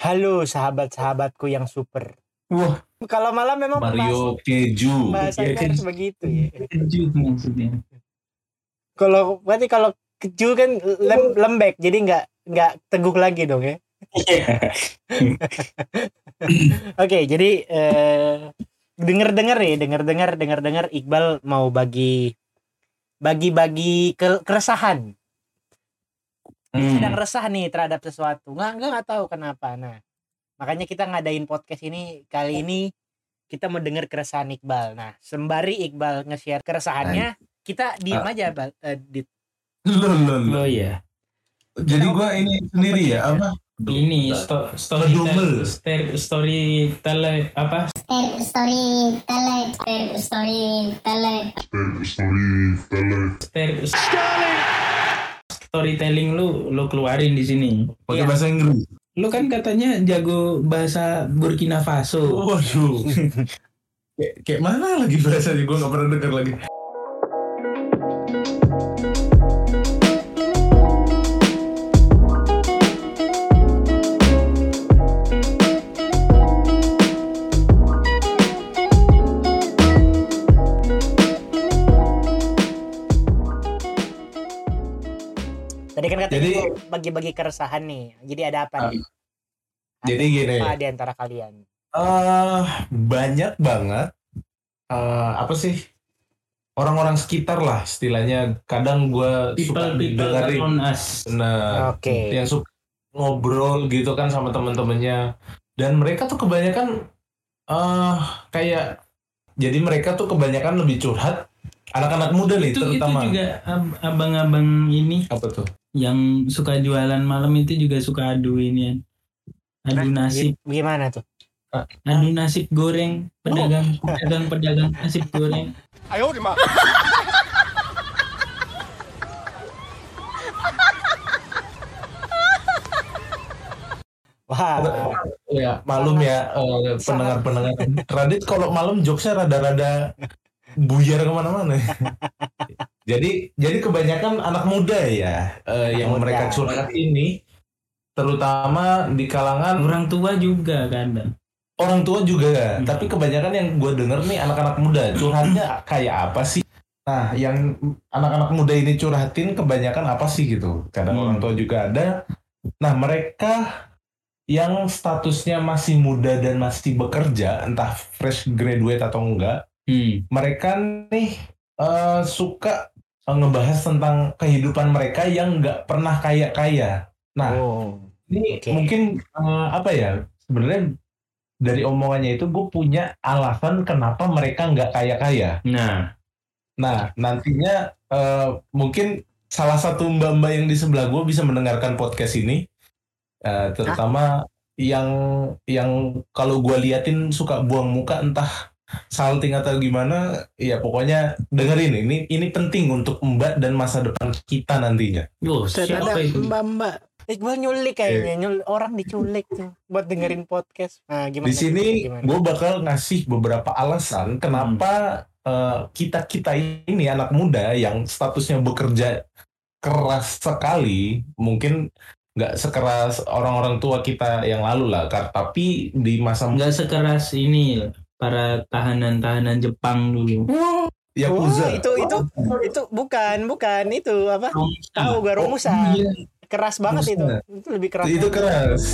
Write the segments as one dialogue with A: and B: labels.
A: Halo sahabat-sahabatku yang super.
B: Wah,
A: Kalau malam memang
B: Mario Keju.
A: bahasanya harus begitu ya.
C: Keju maksudnya.
A: Kalau berarti kalau keju kan lembek, jadi nggak teguh lagi dong ya. Oke, jadi dengar Iqbal mau bagi keresahan. Sedang resah nih terhadap sesuatu. Nggak tahu kenapa. Nah, makanya kita ngadain podcast ini kali ini kita mau dengar keresahan Iqbal. Nah, sembari Iqbal nge-share keresahannya, kita diem aja, Dit.
C: Oh iya.
B: Jadi gua ini sendiri ya apa?
C: Ini
B: Ngedumel.
C: storyteller apa? Storytelling lu keluarin di sini.
B: Pakai bahasa Inggris.
C: Lu kan katanya jago bahasa Burkina Faso.
B: Waduh. Kayak mana lagi bahasanya? Gue nggak pernah dengar lagi.
A: Tadi kan katanya bagi-bagi keresahan nih. Jadi ada apa nih?
B: Jadi gini.
A: Apa di antara kalian?
B: Banyak banget. Apa sih? Orang-orang sekitar lah istilahnya. Kadang gue suka dengerin. Nah, yang suka ngobrol gitu kan sama teman-temannya. Dan mereka tuh kebanyakan kayak. Jadi mereka tuh kebanyakan lebih curhat. Anak-anak muda nih terutama.
C: Itu juga abang-abang ini.
B: Apa tuh?
C: Yang suka jualan malam itu juga suka adu ini. Adu nasib.
A: Gimana tuh?
C: Adu nasib goreng. Pedagang nasib goreng.
D: Ayo di mana?
A: Wah.
B: Ya, malum ya pendengar-pendengar. Radit kalau malam jokesnya rada-rada buyar kemana-mana. Jadi kebanyakan anak muda ya yang mereka curhat ini, terutama di kalangan
C: orang tua juga kadang.
B: Orang tua juga, tapi kebanyakan yang gue denger nih anak-anak muda curhatnya kayak apa sih? Nah, yang anak-anak muda ini curhatin kebanyakan apa sih gitu? Kadang orang tua juga ada. Nah, mereka yang statusnya masih muda dan masih bekerja, entah fresh graduate atau enggak, mereka nih suka ngebahas tentang kehidupan mereka yang nggak pernah kaya-kaya. Nah, ini mungkin apa ya? Sebenarnya dari omongannya itu gue punya alasan kenapa mereka nggak kaya-kaya. Nah, nantinya mungkin salah satu mbak-mbak yang di sebelah gue bisa mendengarkan podcast ini. Terutama yang kalau gue liatin suka buang muka entah salting atau gimana, ya pokoknya dengerin ini penting untuk mbak dan masa depan kita nantinya.
A: Siapa itu mbak? Iqbal nyulik kayaknya, orang diculik tuh buat dengerin podcast. Nah, gimana?
B: Di sini gue bakal ngasih beberapa alasan kenapa kita ini anak muda yang statusnya bekerja keras sekali, mungkin nggak sekeras orang-orang tua kita yang lalu lah, tapi di masa
C: nggak sekeras ini para tahanan Jepang dulu.
B: Yakuza.
A: Itu bukan itu apa? Tahu gak Romusa? Keras banget Musa. Itu lebih keras.
B: Itu keras.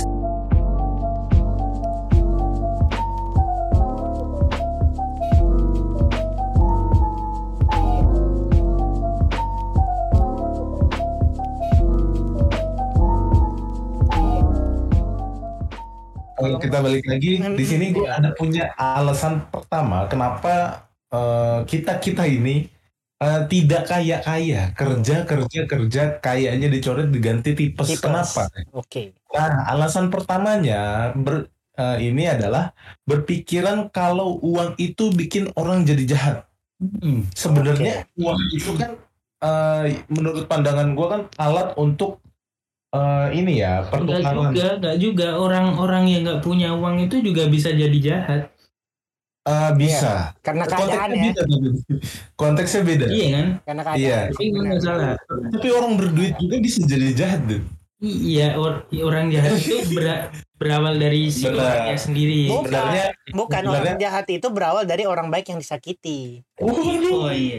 B: Kalau kita balik lagi di sini gue ada punya alasan pertama kenapa kita ini tidak kaya kerja kayaknya dicoret diganti tipes. Kenapa?
A: Oke.
B: Nah, alasan pertamanya ini adalah berpikiran kalau uang itu bikin orang jadi jahat. Sebenarnya uang itu kan menurut pandangan gue kan alat untuk ini ya pertukaran.
C: Enggak juga orang-orang yang nggak punya uang itu juga bisa jadi jahat.
B: Bisa.
A: Karena keadaannya.
B: Konteksnya beda.
C: Iya kan?
A: Karena keadaan.
B: Iya.
C: Tapi nggak salah.
B: Tapi orang berduit juga bisa jadi jahat, tuh.
C: Iya, orang jahat itu berawal dari si
B: Benar.
C: orangnya sendiri.
B: Sebenarnya
A: Bukan orang jahat itu berawal dari orang baik yang disakiti.
C: Oh iya.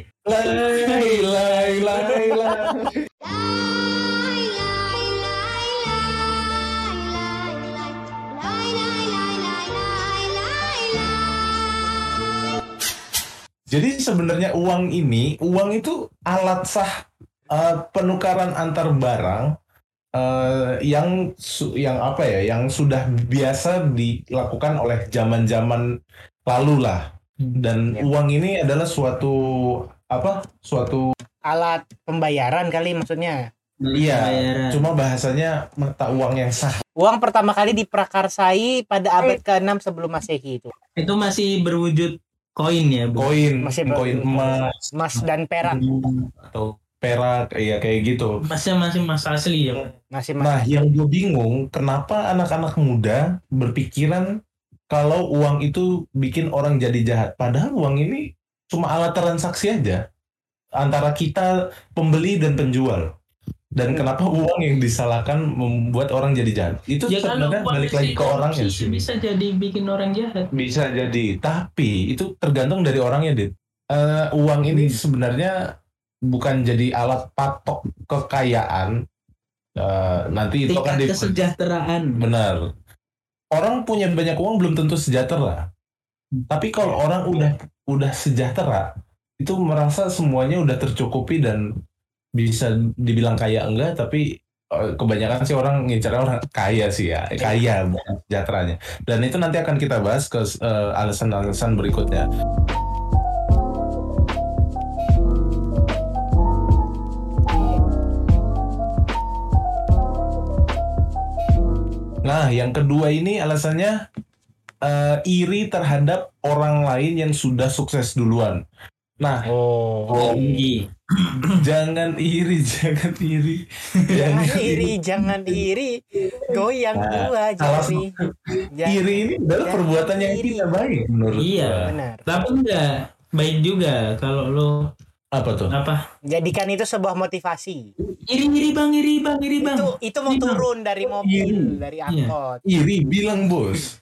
B: Lai. Jadi sebenarnya uang itu alat sah penukaran antar barang yang apa ya, yang sudah biasa dilakukan oleh zaman-zaman lalu lah. Dan
A: Ya.
B: uang ini adalah suatu
A: Alat pembayaran kali maksudnya.
B: iya,
C: Bayaran.
B: cuma bahasanya mata uang yang sah.
A: Uang pertama kali diprakarsai pada abad ke-6 sebelum Masehi itu.
C: Itu masih berwujud koin ya, Bu?
B: Koin
A: Masih
B: emas
A: Emas dan perak
B: atau perak, iya kayak gitu.
C: Masih emas asli ya.
A: masih
B: Nah, yang gue bingung, kenapa anak-anak muda berpikiran kalau uang itu bikin orang jadi jahat. Padahal uang ini cuma alat transaksi aja antara kita pembeli dan penjual. Dan kenapa uang yang disalahkan membuat orang jadi jahat? Itu
C: Ya kalau
B: sebenarnya
C: uang
B: balik lagi ke orangnya sih.
C: bisa jadi bikin orang jahat.
B: Bisa jadi, tapi itu tergantung dari orangnya, Dit. Uang ini sebenarnya bukan jadi alat patok kekayaan. Nanti itu kan
C: Tingkat kesejahteraan.
B: benar. Orang punya banyak uang belum tentu sejahtera. Tapi kalau orang udah sejahtera, itu merasa semuanya udah tercukupi dan bisa dibilang kaya enggak, tapi kebanyakan sih orang ngincarnya orang kaya sih ya, kaya bukan sejahteranya. Dan itu nanti akan kita bahas ke alasan-alasan berikutnya. Nah, yang kedua ini alasannya iri terhadap orang lain yang sudah sukses duluan. Nah,
C: Tinggi.
B: jangan iri.
A: jangan iri. Goyang
B: Nah,
A: gua
B: salah
A: jari.
B: Iri ini adalah
A: jangan
B: perbuatan yang
A: iri.
B: tidak baik menurut
C: Iya.
B: gua.
A: Benar.
C: Tapi enggak baik juga kalau lo
B: Apa tuh?
A: Jadikan itu sebuah motivasi.
C: iri bang.
A: Itu mau turun dari mobil, dari angkot.
B: Iri bilang bos.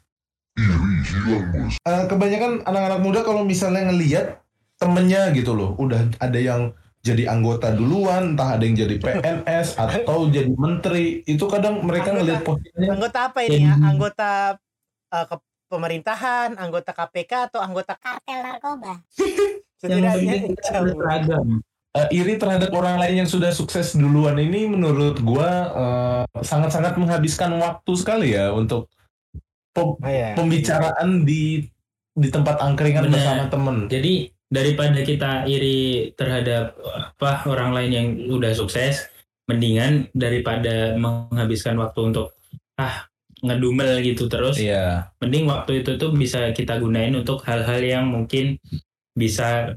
B: Kebanyakan anak-anak muda kalau misalnya ngelihat temennya gitu loh, udah ada yang jadi anggota duluan, entah ada yang jadi PNS atau jadi menteri, itu kadang mereka ngelihat posisinya.
A: Anggota apa ini ya? Anggota pemerintahan, anggota KPK atau anggota kartel narkoba? Setidaknya
C: beragam.
B: Iri terhadap orang lain yang sudah sukses duluan ini menurut gua sangat-sangat menghabiskan waktu sekali ya untuk pembicaraan di tempat angkringan bersama temen.
C: Jadi daripada kita iri terhadap orang lain yang udah sukses, mendingan daripada menghabiskan waktu untuk ngedumel gitu terus, mending waktu itu tuh bisa kita gunain untuk hal-hal yang mungkin bisa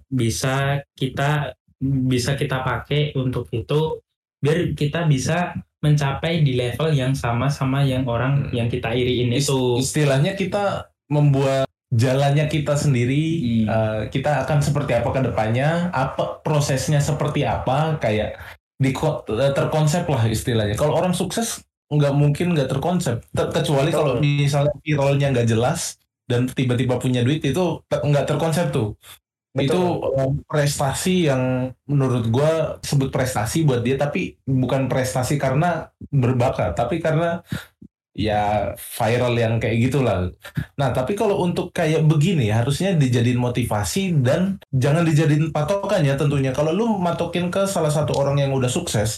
C: kita pakai untuk itu, biar kita bisa mencapai di level yang sama yang orang yang kita iriin itu.
B: Istilahnya kita membuat jalannya kita sendiri, kita akan seperti apa ke depannya, apa prosesnya seperti apa, kayak terkonsep lah istilahnya. Kalau orang sukses nggak mungkin nggak terkonsep, kecuali kalau misalnya viralnya nggak jelas dan tiba-tiba punya duit, itu nggak terkonsep tuh. Betul. Itu prestasi yang menurut gue sebut prestasi buat dia, tapi bukan prestasi karena berbakat, tapi karena ya viral yang kayak gitulah. Nah, tapi kalau untuk kayak begini harusnya dijadiin motivasi dan jangan dijadiin patokan ya tentunya. Kalau lu matokin ke salah satu orang yang udah sukses,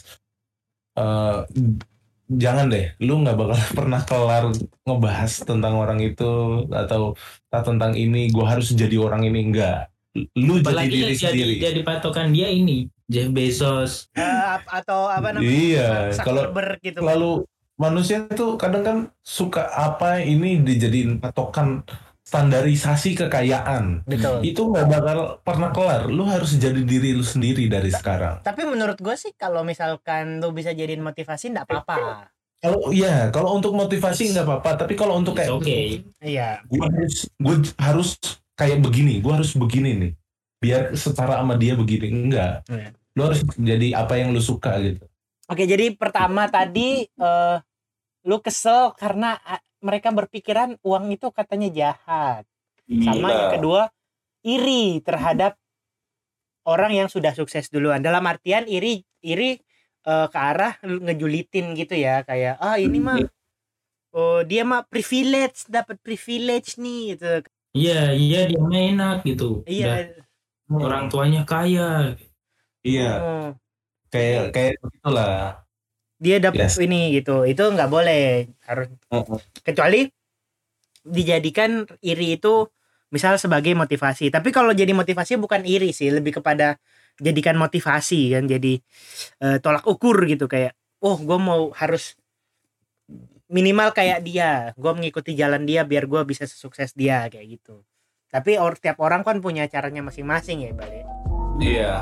B: jangan deh, lu nggak bakal pernah kelar ngebahas tentang orang itu atau tentang ini, gue harus jadi orang ini, enggak. Lu jadi diri sendiri.
C: Jadi patokan dia ini Jeff Bezos
A: atau apa namanya?
B: Iya, kalau
A: gitu.
B: Lalu manusia tuh kadang kan suka apa ini dijadiin patokan standarisasi kekayaan.
A: Betul.
B: Itu nggak bakal pernah kelar. Lu harus jadi diri lu sendiri dari sekarang.
A: Tapi menurut gue sih kalau misalkan lu bisa jadiin motivasi nggak apa-apa.
B: Kalau untuk motivasi nggak apa-apa. Tapi kalau untuk kayak
A: iya.
B: Gue harus kayak begini. Gue harus begini nih. Biar setara sama dia begini. Enggak. Lu harus jadi apa yang lu suka gitu.
A: Oke, jadi pertama tadi lu kesel karena mereka berpikiran uang itu katanya jahat. Sama yang kedua, iri terhadap orang yang sudah sukses duluan. Dalam artian iri ke arah ngejulitin gitu ya, kayak ini mah dia mah dapat privilege nih gitu.
C: Iya dia mah enak gitu.
A: Iya.
C: Orang tuanya kaya.
B: Iya. Kayak begitulah.
A: Dia dapat ini gitu. Itu nggak boleh, harus kecuali dijadikan iri itu misal sebagai motivasi. Tapi kalau jadi motivasi bukan iri sih, lebih kepada jadikan motivasi kan, jadi tolak ukur gitu, kayak gue mau harus minimal kayak dia, gue mengikuti jalan dia biar gue bisa sesukses dia kayak gitu. Tapi tiap orang kan punya caranya masing-masing ya, Bal.
B: Iya.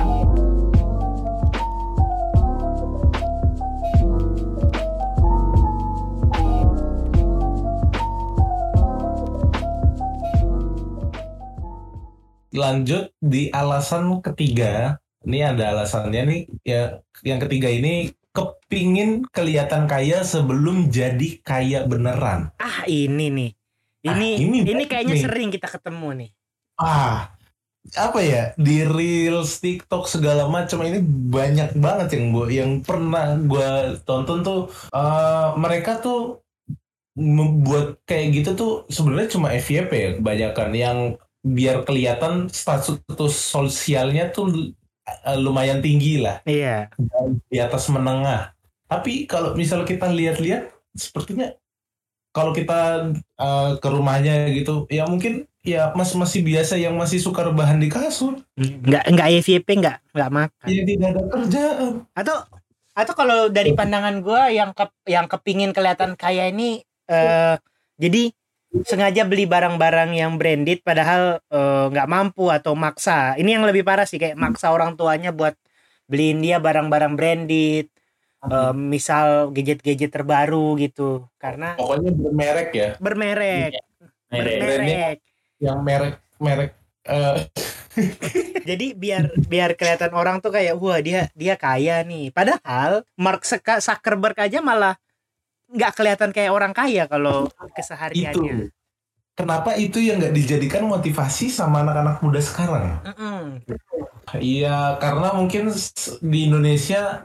B: Lanjut di alasan ketiga. Ini ada alasannya nih ya. Yang ketiga ini kepingin kelihatan kaya sebelum jadi kaya beneran.
A: Ini nih. Ini kayaknya sering kita ketemu nih.
B: Apa ya, di Reels, TikTok segala macam ini banyak banget yang pernah gue tonton tuh. Mereka tuh membuat kayak gitu tuh sebenarnya cuma FYP ya, kebanyakan yang biar kelihatan status sosialnya tuh lumayan tinggi lah.
A: Iya.
B: Di atas menengah. Tapi kalau misal kita lihat-lihat, sepertinya kalau kita ke rumahnya gitu, ya mungkin ya masih biasa, yang masih suka rebahan di kasur.
A: Nggak FYP, nggak makan.
B: Ya tidak ada kerjaan.
A: Atau kalau dari pandangan gue yang kepingin kelihatan kaya ini, jadi sengaja beli barang-barang yang branded padahal nggak mampu atau maksa. Ini yang lebih parah sih, kayak maksa orang tuanya buat beliin dia barang-barang branded, misal gadget-gadget terbaru gitu, karena
B: pokoknya bermerek. Yang merek
A: jadi biar kelihatan orang tuh kayak wah dia kaya nih, padahal Mark Zuckerberg aja malah nggak kelihatan kayak orang kaya kalau kesehariannya.
B: Kenapa itu yang nggak dijadikan motivasi sama anak-anak muda sekarang? Iya, karena mungkin di Indonesia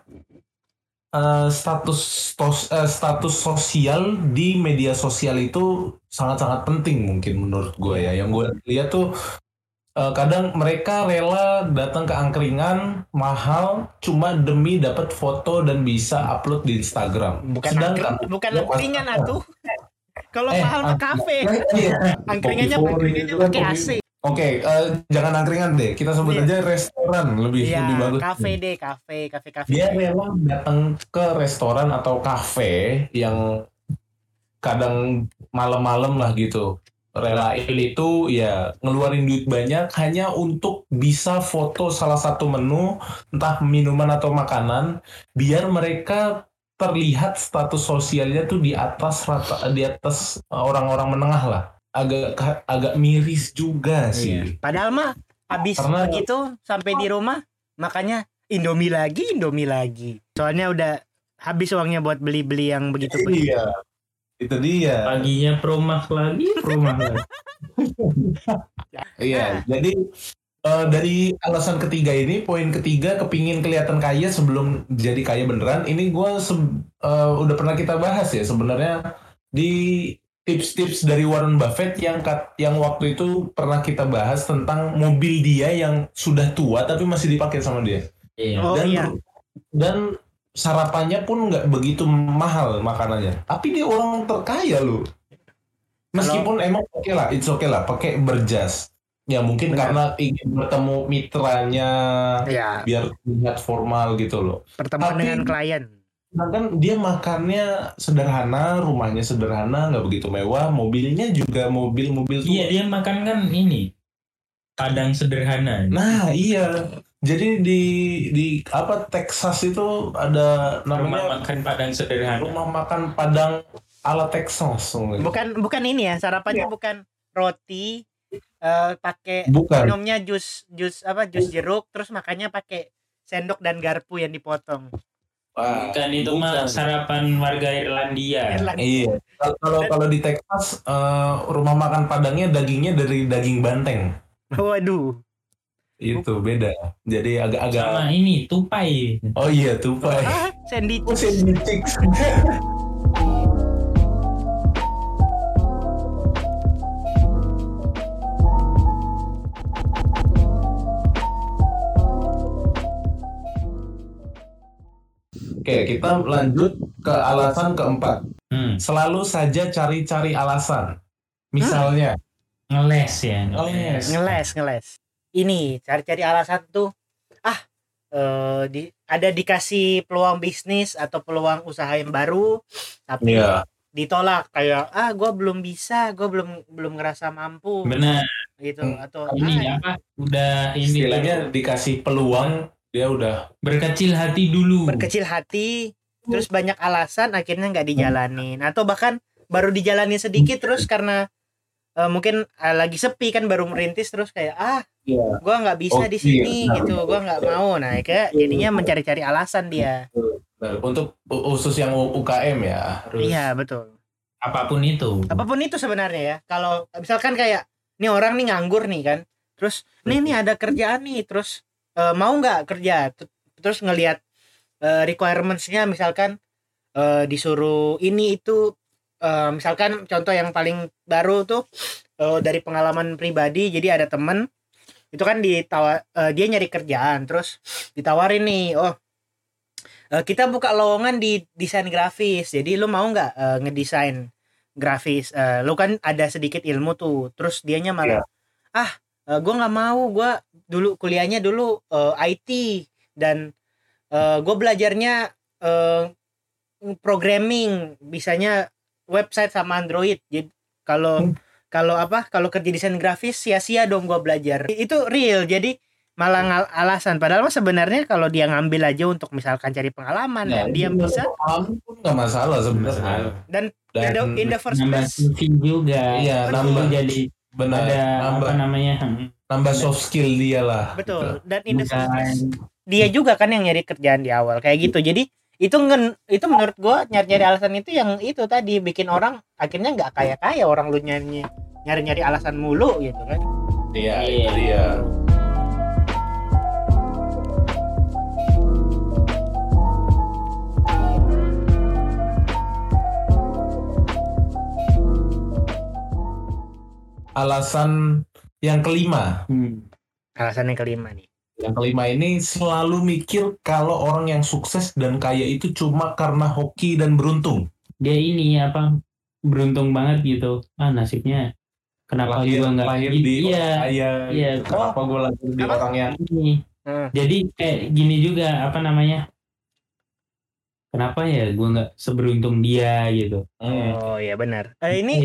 B: status sosial di media sosial itu sangat-sangat penting mungkin menurut gue ya. Yang gue lihat tuh kadang mereka rela datang ke angkringan mahal cuma demi dapat foto dan bisa upload di Instagram.
A: Bukan angkringan atuh. Kalau mahal mah kafe. Angkringannya pakai AC.
B: Oke, jangan angkringan deh. Kita sebut aja restoran, lebih bagus.
A: Kafe deh, kafe.
B: Dia rela datang ke restoran atau kafe yang kadang malam-malam lah gitu. Relain itu ya ngeluarin duit banyak hanya untuk bisa foto salah satu menu, entah minuman atau makanan, biar mereka terlihat status sosialnya tuh di atas orang-orang menengah lah. Agak miris juga sih.
A: Padahal mah habis begitu sampai di rumah makanya Indomie lagi. Soalnya udah habis uangnya buat beli-beli yang begitu.
B: Iya. Itu dia.
C: Paginya promah lagi.
B: Iya, jadi dari alasan ketiga ini, poin ketiga, kepingin kelihatan kaya sebelum jadi kaya beneran. Ini gue udah pernah kita bahas ya sebenarnya di tips-tips dari Warren Buffett yang waktu itu pernah kita bahas tentang mobil dia yang sudah tua tapi masih dipakai sama dia. Dan sarapannya pun nggak begitu mahal makanannya, tapi dia orang terkaya loh. Meskipun emang it's okay lah pakai berjas ya, mungkin karena ingin bertemu mitranya biar terlihat formal gitu loh,
A: pertemuan dengan klien.
B: Kan dia makannya sederhana, rumahnya sederhana, nggak begitu mewah, mobilnya juga mobil tua.
C: Iya, dia makan kan ini padang sederhana.
B: Nah iya. Jadi di Texas itu ada namanya
C: rumah makan padang sederhana.
B: Rumah makan padang ala Texas.
A: Bukan ini ya, sarapannya bukan roti, pakai minumnya jus jeruk, terus makannya pakai sendok dan garpu yang dipotong.
B: Wah,
C: Bukan itu mah sarapan warga Irlandia.
B: Iya. Kalau di Texas rumah makan Padangnya dagingnya dari daging banteng.
A: Waduh.
B: Itu beda. Jadi agak-agak.
C: Sama ini tupai.
B: Oh iya tupai.
A: Sandy
B: Oh, Sandy Chicks. Oke, kita lanjut ke alasan keempat. Selalu saja cari-cari alasan. Misalnya,
C: ngeles ya.
A: Ngeles. Ini cari-cari alasan tuh. Ada dikasih peluang bisnis atau peluang usaha yang baru, tapi ditolak kayak gue belum bisa, gue belum ngerasa mampu.
C: Benar.
A: Gitu atau
C: ini apa? Udah ini
B: istilahnya dikasih peluang dia udah
C: berkecil hati dulu.
A: Berkecil hati, terus banyak alasan akhirnya nggak dijalanin atau bahkan baru dijalanin sedikit terus karena mungkin lagi sepi kan baru merintis terus kayak gue nggak bisa di sini gitu, gue nggak mau. Nah kayak jadinya mencari-cari alasan dia.
B: Untuk khusus yang UKM ya.
A: Iya betul.
C: Apapun itu
A: sebenarnya ya. Kalau misalkan kayak nih orang nih nganggur nih kan, terus nih ada kerjaan nih, terus mau nggak kerja, terus ngelihat requirements-nya misalkan disuruh ini itu. Misalkan contoh yang paling baru tuh dari pengalaman pribadi, jadi ada temen itu kan dia nyari kerjaan terus ditawarin nih, kita buka lowongan di desain grafis, jadi lu mau nggak ngedesain grafis, lu kan ada sedikit ilmu tuh, terus dianya malah gue nggak mau, gue dulu kuliahnya IT dan gue belajarnya programming, bisanya website sama Android. Jadi kalau kerja desain grafis sia-sia dong gua belajar. Itu real. Jadi malah alasan, padahal sebenarnya kalau dia ngambil aja untuk misalkan cari pengalaman dan dia bisa,
B: nggak masalah sebenarnya.
A: Dan in the first place
C: juga nambah jadi
B: nambah soft skill dia lah.
A: Betul. Dan in the first place dia juga kan yang nyari kerjaan di awal kayak gitu. Jadi itu menurut gue nyari alasan itu yang itu tadi bikin orang akhirnya nggak kaya orang, lu nyari alasan mulu gitu kan.
B: Iya. Alasan yang kelima.
A: Alasan yang kelima nih.
B: Yang kelima ini selalu mikir kalau orang yang sukses dan kaya itu cuma karena hoki dan beruntung.
C: Dia ini beruntung banget gitu. Nasibnya kenapa gue nggak
B: lahir di kaya? Kenapa gue lahir di orang yang
C: ini? Jadi kayak gini juga kenapa ya gue nggak seberuntung dia gitu.
A: Oh iya benar.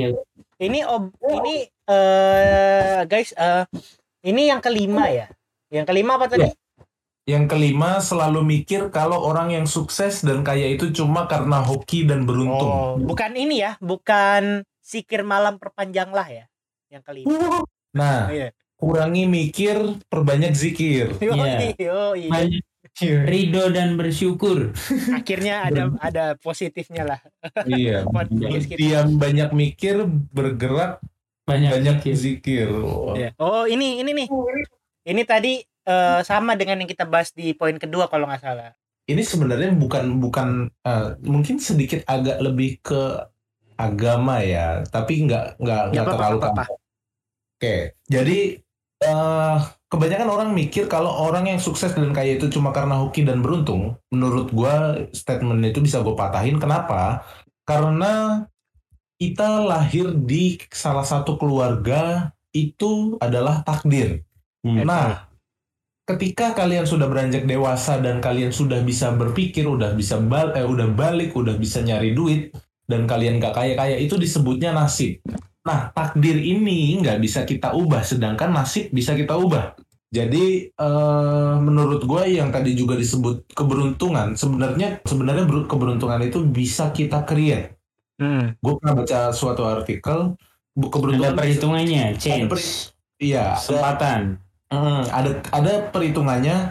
A: Guys, ini yang kelima ya. Yang kelima apa tadi?
B: Yang kelima selalu mikir kalau orang yang sukses dan kaya itu cuma karena hoki dan beruntung.
A: Bukan ini ya, bukan sikir malam perpanjanglah ya. Yang kelima.
B: Nah, kurangi mikir, perbanyak zikir.
C: Banyak ridho dan bersyukur.
A: Akhirnya ada positifnya lah.
B: Iya. Diam banyak mikir, bergerak banyak zikir.
A: Oh ini nih. Ini tadi sama dengan yang kita bahas di poin kedua kalau nggak salah.
B: Ini sebenarnya bukan mungkin sedikit agak lebih ke agama ya, tapi nggak terlalu apa. Oke, jadi kebanyakan orang mikir kalau orang yang sukses dan kaya itu cuma karena hoki dan beruntung. Menurut gue statement itu bisa gue patahin. Kenapa? Karena kita lahir di salah satu keluarga itu adalah takdir. Nah, ketika kalian sudah beranjak dewasa dan kalian sudah bisa berpikir, udah balik, udah bisa nyari duit, dan kalian gak kaya-kaya, itu disebutnya nasib. Nah, takdir ini nggak bisa kita ubah, sedangkan nasib bisa kita ubah. Jadi, menurut gue yang tadi juga disebut keberuntungan, sebenarnya keberuntungan itu bisa kita create. Gue pernah baca suatu artikel, keberuntungan
C: ada perhitungannya, change.
B: Iya,
C: kesempatan.
B: Ada perhitungannya.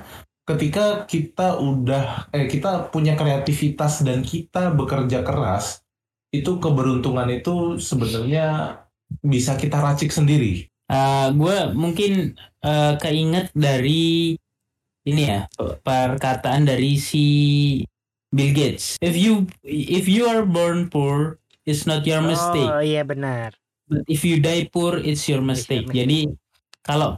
B: ketika kita punya kreativitas dan kita bekerja keras, itu keberuntungan itu sebenarnya bisa kita racik sendiri.
C: Gue mungkin keinget dari ini ya, perkataan dari si Bill Gates. If you are born poor, it's not your mistake.
A: Oh iya benar.
C: But if you die poor, it's your mistake. Jadi kalau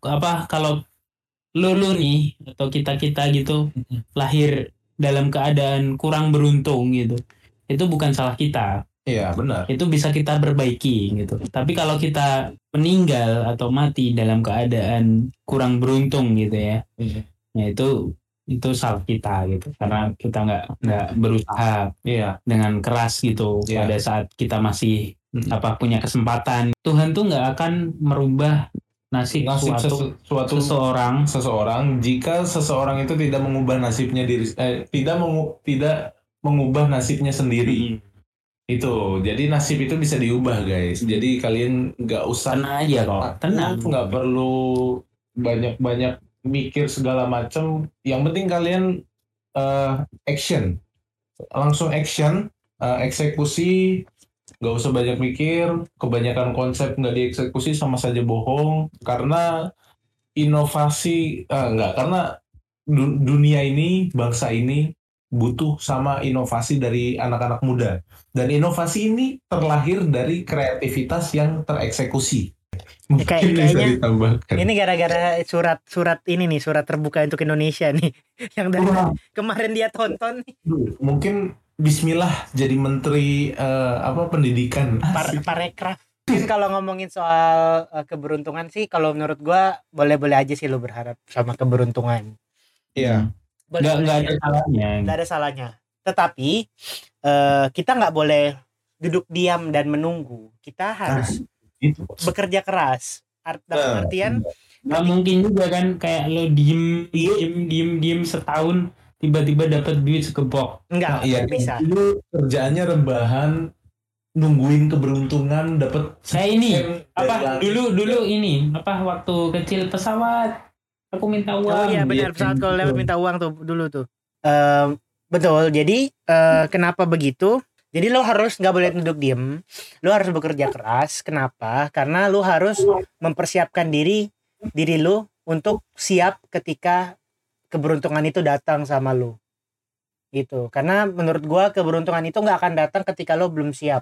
C: lu nih atau kita gitu lahir dalam keadaan kurang beruntung gitu, itu bukan salah kita.
B: Iya benar.
C: Itu bisa kita perbaiki gitu. Tapi kalau kita meninggal atau mati dalam keadaan kurang beruntung gitu ya, ya itu salah kita gitu. Karena kita nggak berusaha dengan keras gitu pada saat kita masih punya kesempatan. Tuhan tuh nggak akan merubah nasib suatu
B: seseorang jika seseorang itu tidak mengubah nasibnya tidak mengubah nasibnya sendiri. Itu jadi nasib itu bisa diubah guys. Jadi kalian nggak usah
C: tenang aja kok, tenang,
B: nggak perlu banyak mikir segala macam. Yang penting kalian action, langsung action, eksekusi. Nggak usah banyak mikir. Kebanyakan konsep nggak dieksekusi sama saja bohong. Karena inovasi karena dunia ini, bangsa ini butuh sama inovasi dari anak-anak muda. Dan inovasi ini terlahir dari kreativitas yang tereksekusi.
A: Kayaknya ini gara-gara surat ini nih, surat terbuka untuk Indonesia nih, yang dari kemarin dia tonton nih.
B: Mungkin Bismillah jadi menteri pendidikan.
A: Parekraf. Mungkin kalau ngomongin soal keberuntungan sih, kalau menurut gua boleh-boleh aja sih lo berharap sama keberuntungan.
B: Iya.
C: Nggak
A: ada salahnya. Tetapi kita nggak boleh duduk diam dan menunggu. Kita harus bekerja keras. Dalam artian
C: nggak mungkin juga kan kayak lo diem setahun tiba-tiba dapat duit sekepok.
A: Enggak bisa.
B: Lu kerjaannya rebahan, nungguin keberuntungan dapat.
C: Saya ini dulu ini waktu kecil pesawat. Aku minta uang.
A: Oh iya benar, pesawat kalau lewat minta uang tuh dulu tuh. Betul. Jadi kenapa begitu? Jadi lo harus nggak boleh duduk diem. Lo harus bekerja keras. Kenapa? Karena lo harus mempersiapkan diri lo untuk siap ketika keberuntungan itu datang sama lo. Gitu. Karena menurut gua keberuntungan itu nggak akan datang ketika lo belum siap.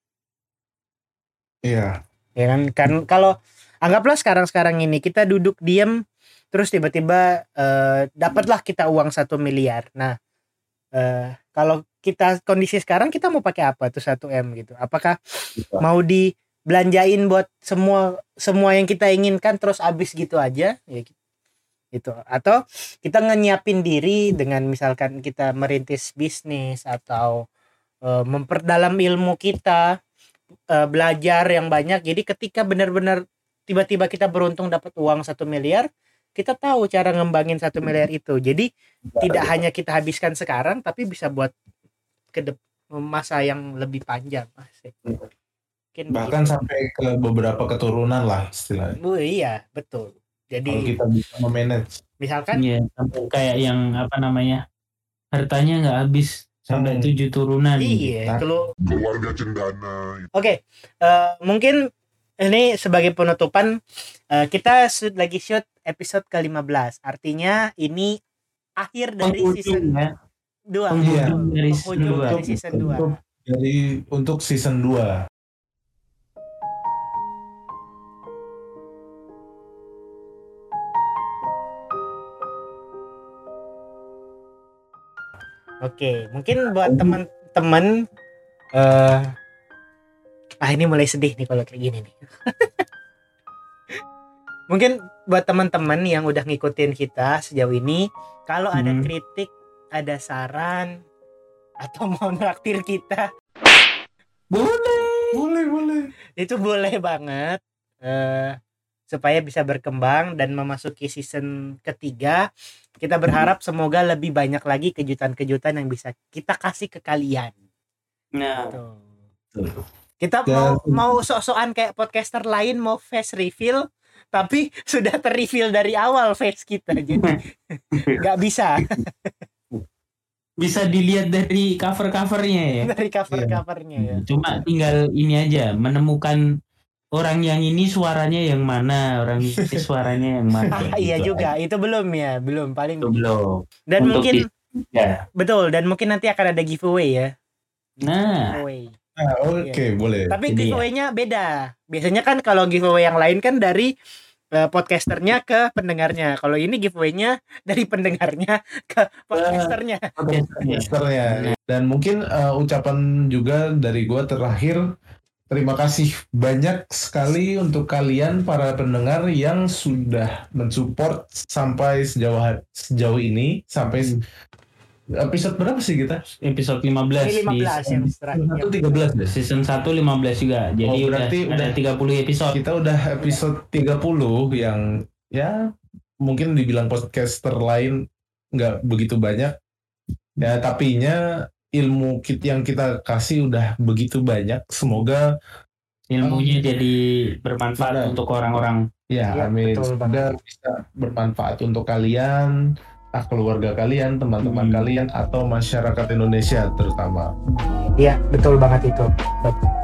B: Iya.
A: Ya kan kalau anggaplah sekarang ini kita duduk diem. Terus tiba-tiba dapatlah kita uang 1 miliar. Nah, kalau kita kondisi sekarang kita mau pakai apa tuh 1 M gitu? Apakah mau dibelanjain buat semua yang kita inginkan terus habis gitu aja? Ya gitu. Atau kita nyiapin diri dengan misalkan kita merintis bisnis atau memperdalam ilmu kita, belajar yang banyak. Jadi ketika benar-benar tiba-tiba kita beruntung dapat uang 1 miliar, kita tahu cara ngembangin 1 miliar itu. Jadi tidak hanya kita habiskan sekarang, tapi bisa buat masa yang lebih panjang.
B: Bahkan begitu. Sampai ke beberapa keturunan lah istilahnya.
A: Iya betul. Jadi
B: kalau kita bisa memanage.
A: Misalkan
C: sampai kayak yang hartanya nggak habis sampai 7 turunan.
A: Iya. Kalau
D: keluarga cendana.
A: Oke. Mungkin ini sebagai penutupan, kita lagi shoot episode ke-15. Artinya ini akhir dari season 2. Penghujung dari season 2.
B: Untuk season 2.
A: Oke, mungkin buat teman-teman ini mulai sedih nih kalau kayak gini nih. Mungkin buat teman-teman yang udah ngikutin kita sejauh ini, kalau ada kritik, ada saran, atau mau nraktir kita,
B: boleh.
A: Itu boleh banget, supaya bisa berkembang dan memasuki season ketiga. Kita berharap semoga lebih banyak lagi kejutan-kejutan yang bisa kita kasih ke kalian.
C: Nah,
A: kita mau sok-sokan kayak podcaster lain, mau face reveal, tapi sudah terreveal dari awal face kita, jadi nggak bisa.
C: Bisa dilihat dari cover-covernya ya.
A: Dari cover-covernya ya.
C: Cuma tinggal ini aja, menemukan orang yang ini suaranya yang mana, orang ini suaranya yang mana.
A: Iya
C: gitu
A: juga,
C: aja.
A: itu belum ya, belum paling.
C: Itu belum.
A: Dan
C: Untuk
A: mungkin
C: ya.
A: betul, dan mungkin nanti akan ada giveaway ya.
C: Nah,
A: Giveaway.
B: Oke, boleh.
A: Tapi
C: Jadi
A: giveaway-nya beda. Biasanya kan kalau giveaway yang lain kan dari podcasternya ke pendengarnya. Kalau ini giveaway-nya dari pendengarnya ke podcasternya.
B: Podcasternya. Dan mungkin ucapan juga dari gua terakhir, terima kasih banyak sekali untuk kalian para pendengar yang sudah mensupport sampai sejauh ini, sampai episode berapa sih kita?
C: Episode 15.
A: Ini 15 yang terakhir.
B: 13 deh.
C: Season 1 15 juga. Jadi
B: berarti
C: udah 30 episode.
B: Kita udah episode 30 yang ya mungkin dibilang podcaster lain nggak begitu banyak. Ya tapinya ilmu yang kita kasih udah begitu banyak. Semoga
C: ilmunya jadi bermanfaat untuk orang-orang.
B: Ya, amin. Semoga bisa bermanfaat untuk kalian, keluarga kalian, teman-teman kalian, atau masyarakat Indonesia terutama.
A: Iya, betul banget itu.